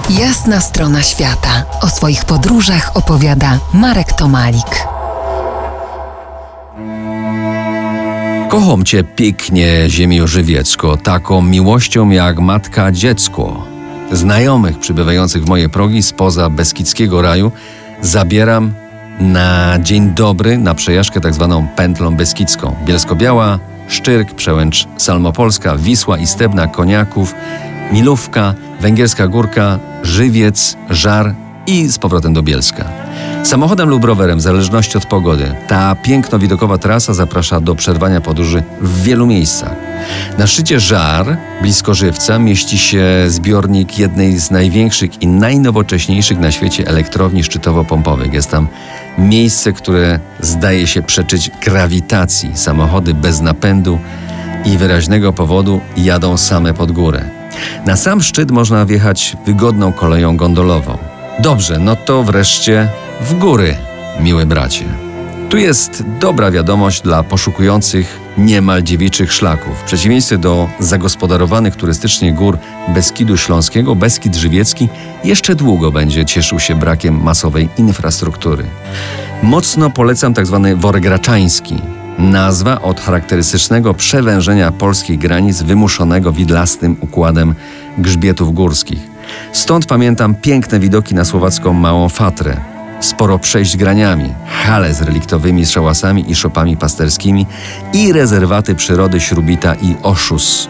Jasna strona świata. O swoich podróżach opowiada Marek Tomalik. Kocham Cię pięknie, ziemio żywiecko, taką miłością jak matka dziecko. Znajomych przybywających w moje progi spoza beskidzkiego raju zabieram na dzień dobry na przejażdżkę tak zwaną pętlą beskidzką. Bielsko-Biała, Szczyrk, Przełęcz Salmopolska, Wisła i Stebna, Koniaków, Milówka, Węgierska Górka, Żywiec, Żar i z powrotem do Bielska. Samochodem lub rowerem, w zależności od pogody, ta piękno-widokowa trasa zaprasza do przerwania podróży w wielu miejscach. Na szczycie Żar, blisko Żywca, mieści się zbiornik jednej z największych i najnowocześniejszych na świecie elektrowni szczytowo-pompowych. Jest tam miejsce, które zdaje się przeczyć grawitacji. Samochody bez napędu i wyraźnego powodu jadą same pod górę. Na sam szczyt można wjechać wygodną koleją gondolową. Dobrze, no to wreszcie w góry, miły bracie. Tu jest dobra wiadomość dla poszukujących niemal dziewiczych szlaków. W przeciwieństwie do zagospodarowanych turystycznie gór Beskidu Śląskiego, Beskid Żywiecki jeszcze długo będzie cieszył się brakiem masowej infrastruktury. Mocno polecam tzw. Worek Graczański. Nazwa od charakterystycznego przewężenia polskich granic wymuszonego widlastym układem grzbietów górskich. Stąd pamiętam piękne widoki na słowacką Małą Fatrę, sporo przejść graniami, hale z reliktowymi szałasami i szopami pasterskimi i rezerwaty przyrody Śrubita i Oszus.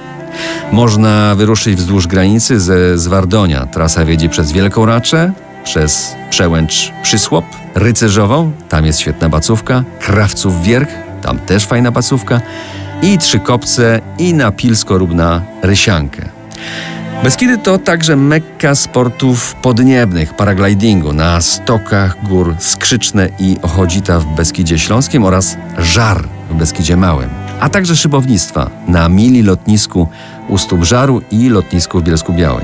Można wyruszyć wzdłuż granicy ze Zwardonia. Trasa wiedzie przez Wielką Raczę, przez Przełęcz Przysłop, Rycerzową, tam jest świetna bacówka, Krawców Wierch, tam też fajna bacówka, i Trzykopce i na Pilsko lub na Rysiankę. Beskidy to także mekka sportów podniebnych, paraglidingu na stokach gór Skrzyczne i Ochodzita w Beskidzie Śląskim oraz Żar w Beskidzie Małym, a także szybownictwa na mili lotnisku u stóp Żaru i lotnisku w Bielsku-Białej.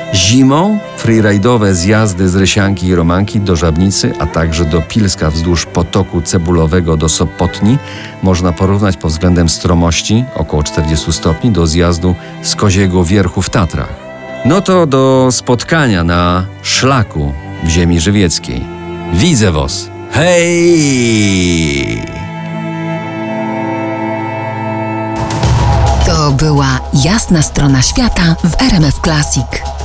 Zimą freeridowe zjazdy z Rysianki i Romanki do Żabnicy, a także do Pilska wzdłuż potoku cebulowego do Sopotni można porównać pod względem stromości, około 40 stopni, do zjazdu z Koziego Wierchu w Tatrach. No to do spotkania na szlaku w ziemi żywieckiej. Widzę was! Hej! To była Jasna strona świata w RMF Classic.